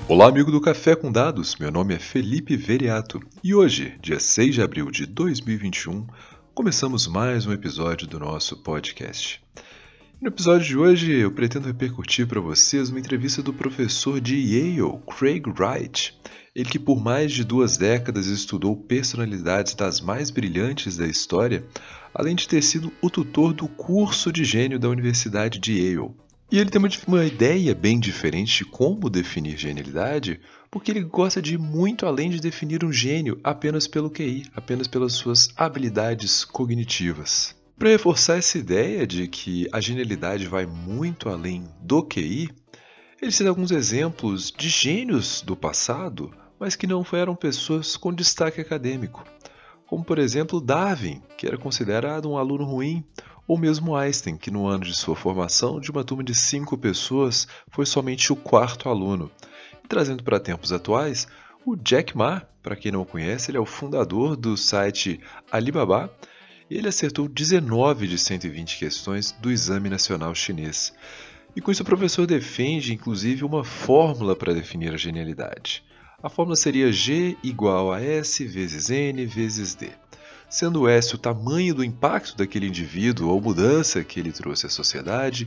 Olá, amigo do Café com Dados, meu nome é Felipe Veriato e hoje, dia 6 de abril de 2021, começamos mais um episódio do nosso podcast. No episódio de hoje, eu pretendo repercutir para vocês uma entrevista do professor de Yale, Craig Wright, ele que por mais de 2 décadas estudou personalidades das mais brilhantes da história, além de ter sido o tutor do curso de gênio da Universidade de Yale. E ele tem uma ideia bem diferente de como definir genialidade, porque ele gosta de ir muito além de definir um gênio apenas pelo QI, apenas pelas suas habilidades cognitivas. Para reforçar essa ideia de que a genialidade vai muito além do QI, ele cita alguns exemplos de gênios do passado, mas que não eram pessoas com destaque acadêmico, como por exemplo Darwin, que era considerado um aluno ruim, ou mesmo Einstein, que no ano de sua formação, de uma turma de 5 pessoas, foi somente o 4º aluno. E trazendo para tempos atuais, o Jack Ma, para quem não o conhece, ele é o fundador do site Alibaba, e ele acertou 19 de 120 questões do Exame Nacional Chinês. E com isso o professor defende, inclusive, uma fórmula para definir a genialidade. A fórmula seria G igual a S vezes N vezes D. Sendo S o tamanho do impacto daquele indivíduo ou mudança que ele trouxe à sociedade,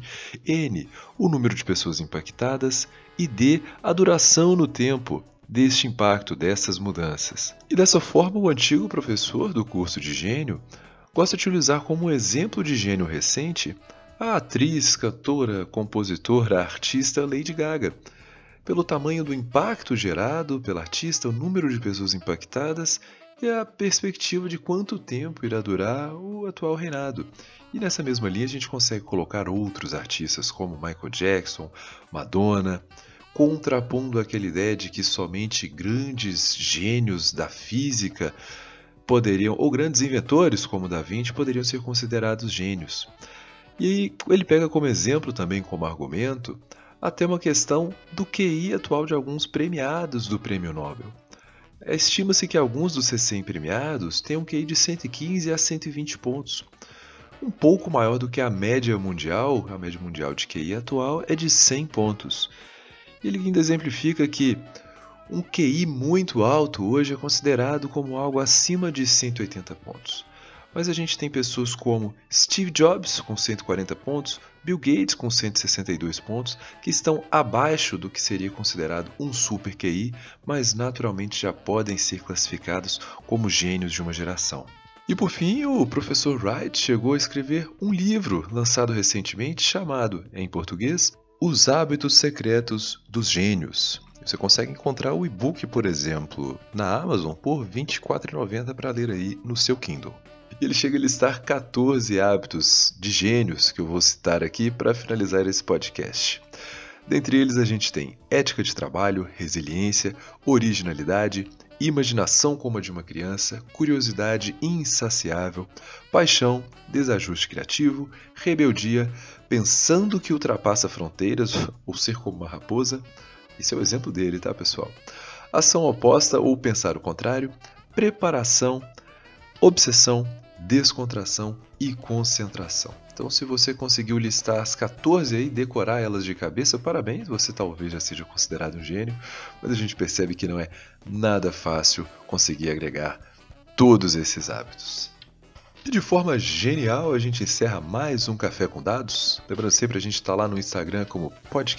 N o número de pessoas impactadas e D a duração no tempo deste impacto, dessas mudanças. E dessa forma, o antigo professor do curso de gênio gosta de utilizar como exemplo de gênio recente a atriz, cantora, compositora, artista Lady Gaga, pelo tamanho do impacto gerado pela artista, o número de pessoas impactadas e a perspectiva de quanto tempo irá durar o atual reinado. E nessa mesma linha a gente consegue colocar outros artistas como Michael Jackson, Madonna, contrapondo aquela ideia de que somente grandes gênios da física poderiam, ou grandes inventores como Da Vinci, poderiam ser considerados gênios. E aí ele pega como exemplo também, como argumento, até uma questão do QI atual de alguns premiados do Prêmio Nobel. Estima-se que alguns dos recém-premiados tenham um QI de 115 a 120 pontos, um pouco maior do que a média mundial de QI atual é de 100 pontos. Ele ainda exemplifica que um QI muito alto hoje é considerado como algo acima de 180 pontos. Mas a gente tem pessoas como Steve Jobs, com 140 pontos, Bill Gates, com 162 pontos, que estão abaixo do que seria considerado um super QI, mas naturalmente já podem ser classificados como gênios de uma geração. E por fim, o professor Wright chegou a escrever um livro lançado recentemente chamado, em português, Os Hábitos Secretos dos Gênios. Você consegue encontrar o e-book, por exemplo, na Amazon por R$ 24,90 para ler aí no seu Kindle. Ele chega a listar 14 hábitos de gênios que eu vou citar aqui para finalizar esse podcast. Dentre eles a gente tem ética de trabalho, resiliência, originalidade, imaginação como a de uma criança, curiosidade insaciável, paixão, desajuste criativo, rebeldia, pensando que ultrapassa fronteiras ou ser como uma raposa. Esse é o exemplo dele, tá, pessoal? Ação oposta ou pensar o contrário, preparação, obsessão, descontração e concentração. Então, se você conseguiu listar as 14 aí, decorar elas de cabeça, parabéns, você talvez já seja considerado um gênio, mas a gente percebe que não é nada fácil conseguir agregar todos esses hábitos. E de forma genial, a gente encerra mais um Café com Dados. Lembrando sempre, a gente está lá no Instagram como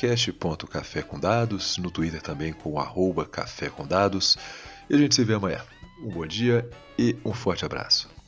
podcast.cafécomdados, no Twitter também com @cafécomdados. E a gente se vê amanhã. Um bom dia e um forte abraço.